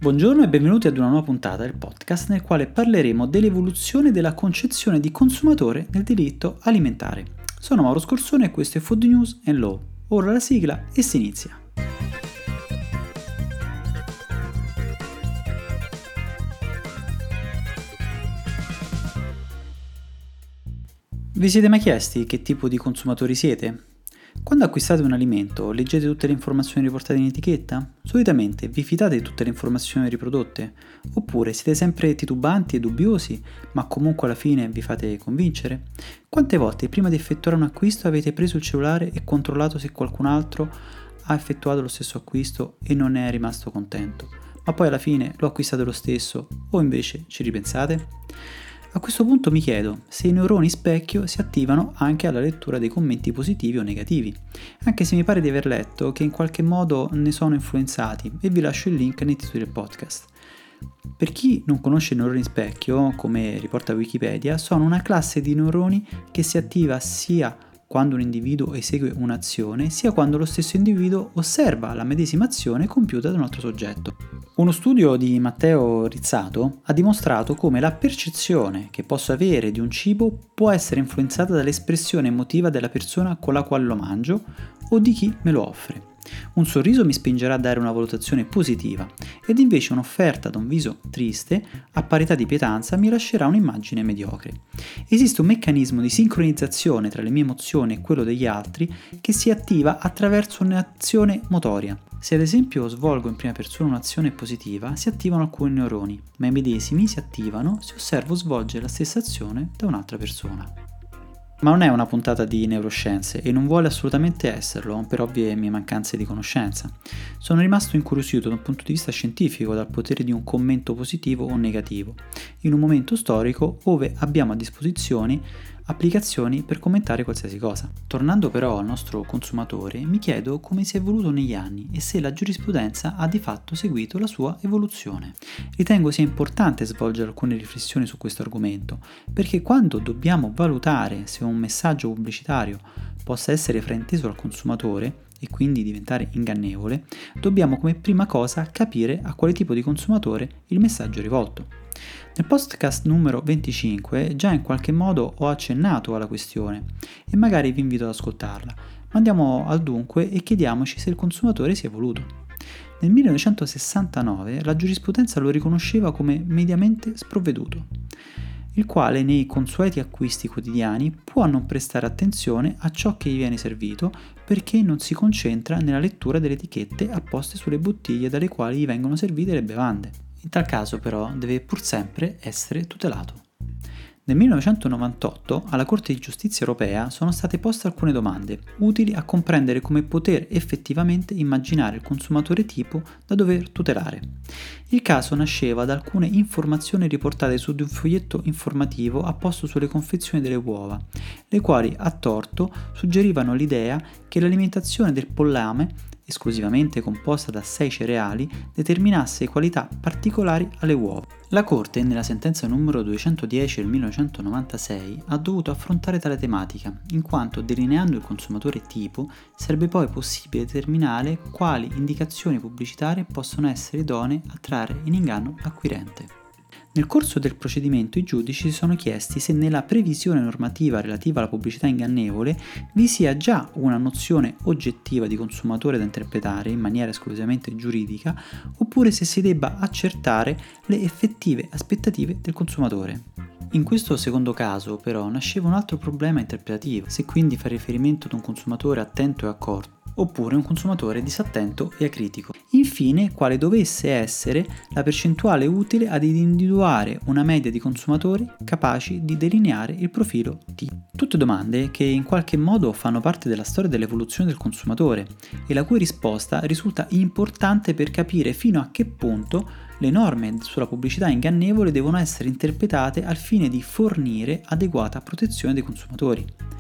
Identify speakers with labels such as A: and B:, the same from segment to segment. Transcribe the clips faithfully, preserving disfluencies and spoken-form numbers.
A: Buongiorno e benvenuti ad una nuova puntata del podcast nel quale parleremo dell'evoluzione della concezione di consumatore nel diritto alimentare. Sono Mauro Scorsone e questo è Food News and Law. Ora la sigla e si inizia. Vi siete mai chiesti che tipo di consumatori siete? Quando acquistate un alimento, leggete tutte le informazioni riportate in etichetta? Solitamente vi fidate di tutte le informazioni riprodotte? Oppure siete sempre titubanti e dubbiosi, ma comunque alla fine vi fate convincere? Quante volte prima di effettuare un acquisto avete preso il cellulare e controllato se qualcun altro ha effettuato lo stesso acquisto e non ne è rimasto contento, ma poi alla fine lo acquistate lo stesso o invece ci ripensate? A questo punto mi chiedo se i neuroni specchio si attivano anche alla lettura dei commenti positivi o negativi, anche se mi pare di aver letto che in qualche modo ne sono influenzati e vi lascio il link nei titoli del podcast. Per chi non conosce i neuroni specchio, come riporta Wikipedia, sono una classe di neuroni che si attiva sia quando un individuo esegue un'azione, sia quando lo stesso individuo osserva la medesima azione compiuta da un altro soggetto. Uno studio di Matteo Rizzato ha dimostrato come la percezione che posso avere di un cibo può essere influenzata dall'espressione emotiva della persona con la quale lo mangio o di chi me lo offre. Un sorriso mi spingerà a dare una valutazione positiva ed invece un'offerta da un viso triste, a parità di pietanza, mi lascerà un'immagine mediocre. Esiste un meccanismo di sincronizzazione tra le mie emozioni e quello degli altri che si attiva attraverso un'azione motoria. Se ad esempio svolgo in prima persona un'azione positiva, si attivano alcuni neuroni, ma i medesimi si attivano se osservo svolgere la stessa azione da un'altra persona. Ma non è una puntata di neuroscienze e non vuole assolutamente esserlo per ovvie mie mancanze di conoscenza. Sono rimasto incuriosito da un punto di vista scientifico dal potere di un commento positivo o negativo, in un momento storico dove abbiamo a disposizione applicazioni per commentare qualsiasi cosa. Tornando però al nostro consumatore, mi chiedo come si è evoluto negli anni e se la giurisprudenza ha di fatto seguito la sua evoluzione. Ritengo sia importante svolgere alcune riflessioni su questo argomento, perché quando dobbiamo valutare se un messaggio pubblicitario possa essere frainteso dal consumatore e quindi diventare ingannevole, dobbiamo come prima cosa capire a quale tipo di consumatore il messaggio è rivolto. Nel podcast numero venticinque già in qualche modo ho accennato alla questione e magari vi invito ad ascoltarla, ma andiamo al dunque e chiediamoci se il consumatore si è evoluto. Nel millenovecentosessantanove la giurisprudenza lo riconosceva come mediamente sprovveduto, il quale nei consueti acquisti quotidiani può non prestare attenzione a ciò che gli viene servito perché non si concentra nella lettura delle etichette apposte sulle bottiglie dalle quali gli vengono servite le bevande. In tal caso però deve pur sempre essere tutelato. Nel millenovecentonovantotto alla Corte di Giustizia europea sono state poste alcune domande utili a comprendere come poter effettivamente immaginare il consumatore tipo da dover tutelare. Il caso nasceva da alcune informazioni riportate su di un foglietto informativo apposto sulle confezioni delle uova, le quali a torto suggerivano l'idea che l'alimentazione del pollame, esclusivamente composta da sei cereali, determinasse qualità particolari alle uova. La Corte, nella sentenza numero duecentodieci del millenovecentonovantasei, ha dovuto affrontare tale tematica, in quanto delineando il consumatore tipo sarebbe poi possibile determinare quali indicazioni pubblicitarie possono essere idonee a trarre in inganno l'acquirente. Nel corso del procedimento i giudici si sono chiesti se nella previsione normativa relativa alla pubblicità ingannevole vi sia già una nozione oggettiva di consumatore da interpretare in maniera esclusivamente giuridica oppure se si debba accertare le effettive aspettative del consumatore. In questo secondo caso però nasceva un altro problema interpretativo, se quindi fa riferimento ad un consumatore attento e accorto oppure un consumatore disattento e acritico. Infine, quale dovesse essere la percentuale utile ad individuare una media di consumatori capaci di delineare il profilo T. Tutte domande che in qualche modo fanno parte della storia dell'evoluzione del consumatore e la cui risposta risulta importante per capire fino a che punto le norme sulla pubblicità ingannevole devono essere interpretate al fine di fornire adeguata protezione dei consumatori.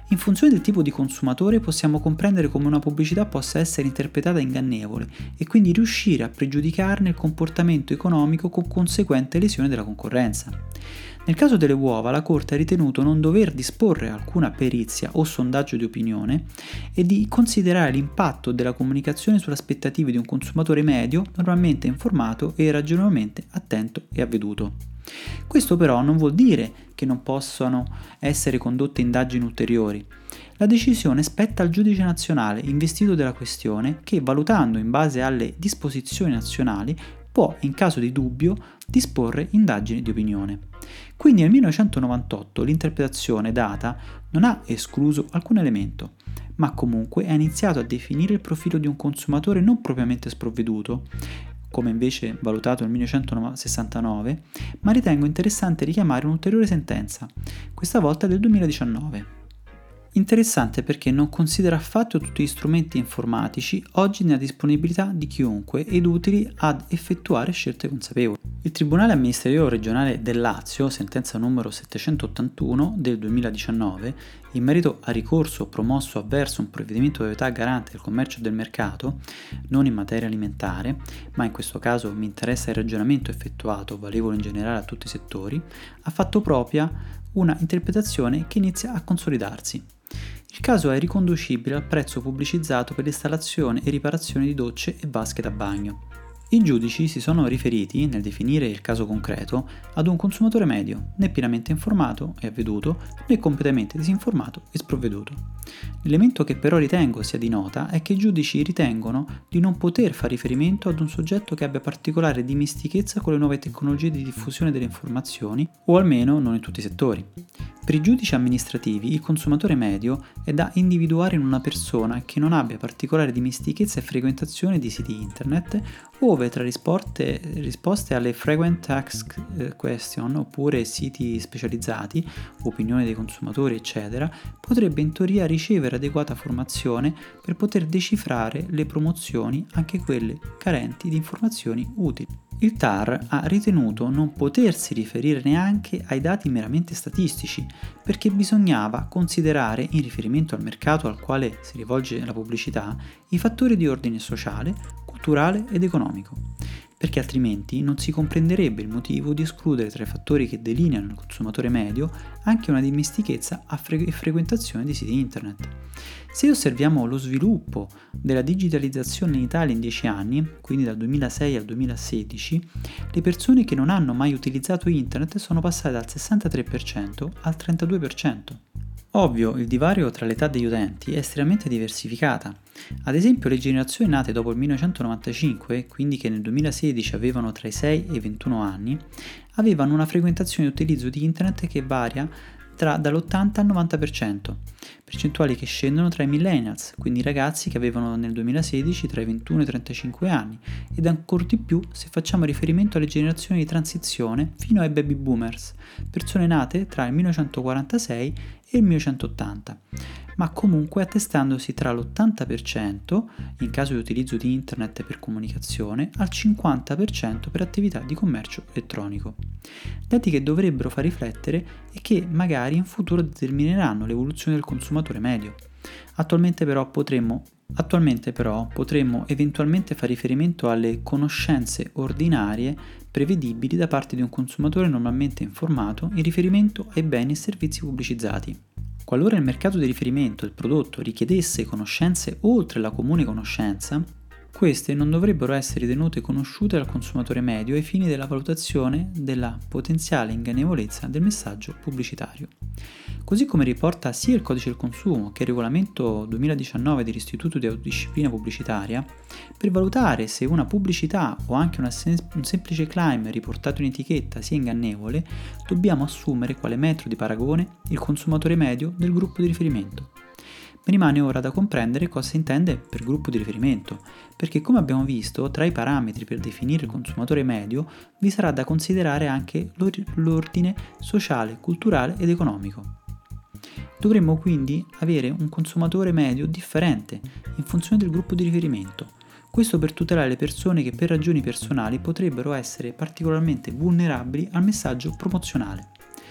A: In funzione del tipo di consumatore possiamo comprendere come una pubblicità possa essere interpretata ingannevole e quindi riuscire a pregiudicarne il comportamento economico con conseguente lesione della concorrenza. Nel caso delle uova, la Corte ha ritenuto non dover disporre alcuna perizia o sondaggio di opinione e di considerare l'impatto della comunicazione sulle aspettative di un consumatore medio normalmente informato e ragionevolmente attento e avveduto. Questo però non vuol dire che non possano essere condotte indagini ulteriori. La decisione spetta al giudice nazionale investito della questione che, valutando in base alle disposizioni nazionali, può, in caso di dubbio, disporre indagini di opinione. Quindi nel millenovecentonovantotto l'interpretazione data non ha escluso alcun elemento, ma comunque ha iniziato a definire il profilo di un consumatore non propriamente sprovveduto, come invece valutato nel millenovecentosessantanove, ma ritengo interessante richiamare un'ulteriore sentenza, questa volta del duemiladiciannove. Interessante perché non considera affatto tutti gli strumenti informatici oggi nella disponibilità di chiunque ed utili ad effettuare scelte consapevoli. Il Tribunale Amministrativo Regionale del Lazio, sentenza numero settecentottantuno del duemiladiciannove, in merito a ricorso promosso avverso un provvedimento di autorità garante del commercio e del mercato, non in materia alimentare, ma in questo caso mi interessa il ragionamento effettuato, valevole in generale a tutti i settori, ha fatto propria una interpretazione che inizia a consolidarsi. Il caso è riconducibile al prezzo pubblicizzato per l'installazione e riparazione di docce e vasche da bagno. I giudici si sono riferiti, nel definire il caso concreto, ad un consumatore medio, né pienamente informato e avveduto, né completamente disinformato e sprovveduto. L'elemento che però ritengo sia di nota è che i giudici ritengono di non poter fare riferimento ad un soggetto che abbia particolare dimestichezza con le nuove tecnologie di diffusione delle informazioni, o almeno non in tutti i settori. Per i giudici amministrativi il consumatore medio è da individuare in una persona che non abbia particolare dimestichezza e frequentazione di siti internet, ove tra risposte, risposte alle frequent asked question oppure siti specializzati, opinioni dei consumatori eccetera, potrebbe in teoria ricevere adeguata formazione per poter decifrare le promozioni, anche quelle carenti di informazioni utili. Il T A R ha ritenuto non potersi riferire neanche ai dati meramente statistici, perché bisognava considerare, in riferimento al mercato al quale si rivolge la pubblicità, i fattori di ordine sociale, culturale ed economico, perché altrimenti non si comprenderebbe il motivo di escludere tra i fattori che delineano il consumatore medio anche una dimestichezza e fre- frequentazione di siti internet. Se osserviamo lo sviluppo della digitalizzazione in Italia in dieci anni, quindi dal duemilasei al duemilasedici, le persone che non hanno mai utilizzato internet sono passate dal sessantatré per cento al trentadue per cento. Ovvio, il divario tra l'età degli utenti è estremamente diversificata. Ad esempio, le generazioni nate dopo il millenovecentonovantacinque, quindi che nel duemilasedici avevano tra i sei e i ventuno anni, avevano una frequentazione di utilizzo di internet che varia tra dall'ottanta al novanta per cento, percentuali che scendono tra i millennials, quindi i ragazzi che avevano nel duemilasedici tra i ventuno e i trentacinque anni, ed ancora di più se facciamo riferimento alle generazioni di transizione fino ai baby boomers, persone nate tra il millenovecentoquarantasei e il millenovecentottanta, ma comunque attestandosi tra l'ottanta per cento in caso di utilizzo di internet per comunicazione al cinquanta per cento per attività di commercio elettronico. Dati che dovrebbero far riflettere e che magari in futuro determineranno l'evoluzione del consumatore medio. Attualmente però potremmo Attualmente però potremmo eventualmente fare riferimento alle conoscenze ordinarie prevedibili da parte di un consumatore normalmente informato in riferimento ai beni e servizi pubblicizzati. Qualora il mercato di riferimento del prodotto richiedesse conoscenze oltre la comune conoscenza, queste non dovrebbero essere ritenute conosciute dal consumatore medio ai fini della valutazione della potenziale ingannevolezza del messaggio pubblicitario. Così come riporta sia il Codice del Consumo che il Regolamento duemiladiciannove dell'Istituto di Autodisciplina Pubblicitaria, per valutare se una pubblicità o anche una sem- un semplice claim riportato in etichetta sia ingannevole, dobbiamo assumere quale metro di paragone il consumatore medio del gruppo di riferimento. Mi rimane ora da comprendere cosa si intende per gruppo di riferimento, perché come abbiamo visto, tra i parametri per definire il consumatore medio vi sarà da considerare anche l'ordine sociale, culturale ed economico. Dovremmo quindi avere un consumatore medio differente in funzione del gruppo di riferimento, questo per tutelare le persone che per ragioni personali potrebbero essere particolarmente vulnerabili al messaggio promozionale.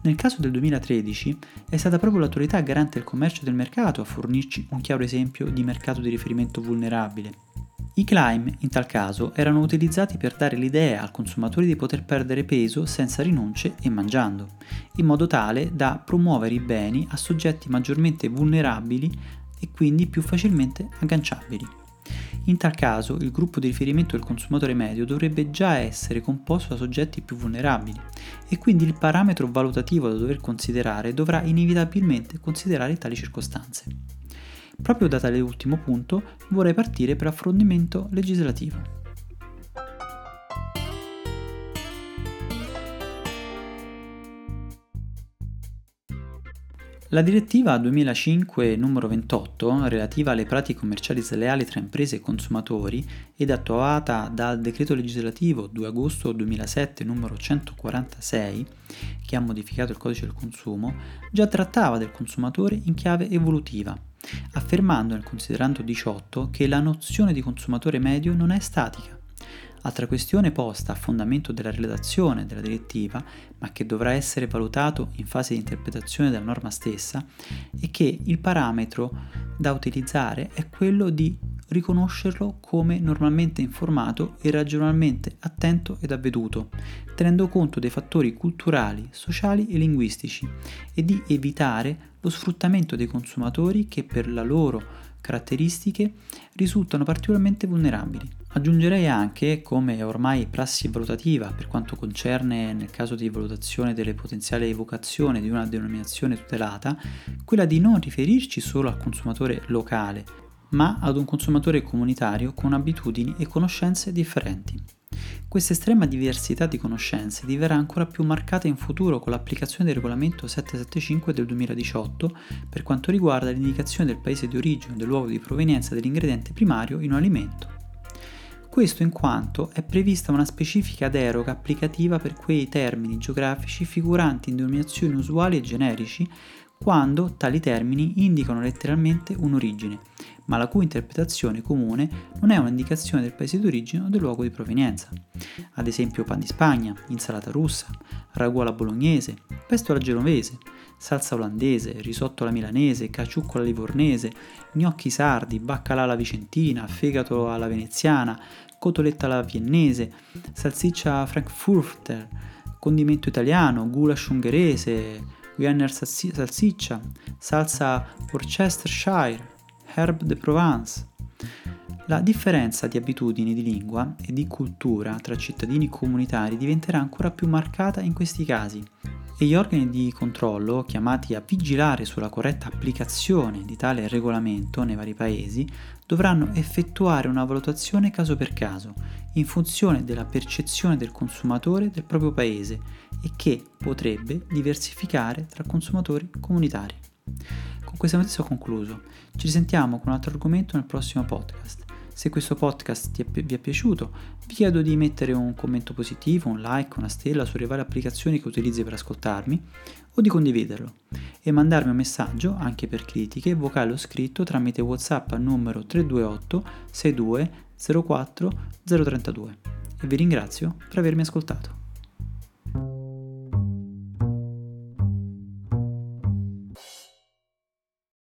A: Nel caso del duemilatredici è stata proprio l'autorità garante del commercio e del mercato a fornirci un chiaro esempio di mercato di riferimento vulnerabile. I claim, in tal caso, erano utilizzati per dare l'idea al consumatore di poter perdere peso senza rinunce e mangiando, in modo tale da promuovere i beni a soggetti maggiormente vulnerabili e quindi più facilmente agganciabili. In tal caso, il gruppo di riferimento del consumatore medio dovrebbe già essere composto da soggetti più vulnerabili e quindi il parametro valutativo da dover considerare dovrà inevitabilmente considerare tali circostanze. Proprio da tale ultimo punto vorrei partire per l'approfondimento legislativo. La direttiva duemilacinque numero ventotto, relativa alle pratiche commerciali sleali tra imprese e consumatori ed attuata dal decreto legislativo due agosto duemilasette numero centoquarantasei, che ha modificato il codice del consumo, già trattava del consumatore in chiave evolutiva, affermando nel considerando diciotto che la nozione di consumatore medio non è statica. Altra questione posta a fondamento della redazione della direttiva, ma che dovrà essere valutato in fase di interpretazione della norma stessa, è che il parametro da utilizzare è quello di riconoscerlo come normalmente informato e ragionevolmente attento ed avveduto, tenendo conto dei fattori culturali, sociali e linguistici, e di evitare lo sfruttamento dei consumatori che per le loro caratteristiche risultano particolarmente vulnerabili. Aggiungerei anche, come è ormai prassi valutativa per quanto concerne nel caso di valutazione delle potenziali evocazioni di una denominazione tutelata, quella di non riferirci solo al consumatore locale, ma ad un consumatore comunitario con abitudini e conoscenze differenti. Questa estrema diversità di conoscenze diverrà ancora più marcata in futuro con l'applicazione del regolamento settecentosettantacinque del duemiladiciotto per quanto riguarda l'indicazione del paese di origine o del luogo di provenienza dell'ingrediente primario in un alimento. Questo in quanto è prevista una specifica deroga applicativa per quei termini geografici figuranti in denominazioni usuali e generici quando tali termini indicano letteralmente un'origine, ma la cui interpretazione comune non è un'indicazione del paese d'origine o del luogo di provenienza. Ad esempio pan di Spagna, insalata russa, ragù alla bolognese, pesto alla genovese, salsa olandese, risotto alla milanese, caciucco alla livornese, gnocchi sardi, baccalà alla vicentina, fegato alla veneziana, cotoletta alla viennese, salsiccia frankfurter, condimento italiano, goulash ungherese, Wiener salsiccia, salsa Worcestershire, herbe de Provence. La differenza di abitudini di lingua e di cultura tra cittadini comunitari diventerà ancora più marcata in questi casi e gli organi di controllo chiamati a vigilare sulla corretta applicazione di tale regolamento nei vari paesi dovranno effettuare una valutazione caso per caso in funzione della percezione del consumatore del proprio paese e che potrebbe diversificare tra consumatori comunitari. Con questa notizia ho concluso. Ci risentiamo con un altro argomento nel prossimo podcast. Se questo podcast ti è, vi è piaciuto, vi chiedo di mettere un commento positivo, un like, una stella sulle varie applicazioni che utilizzi per ascoltarmi o di condividerlo e mandarmi un messaggio, anche per critiche, vocale o scritto tramite WhatsApp al numero tre due otto sei due zero quattro zero tre due e vi ringrazio per avermi ascoltato.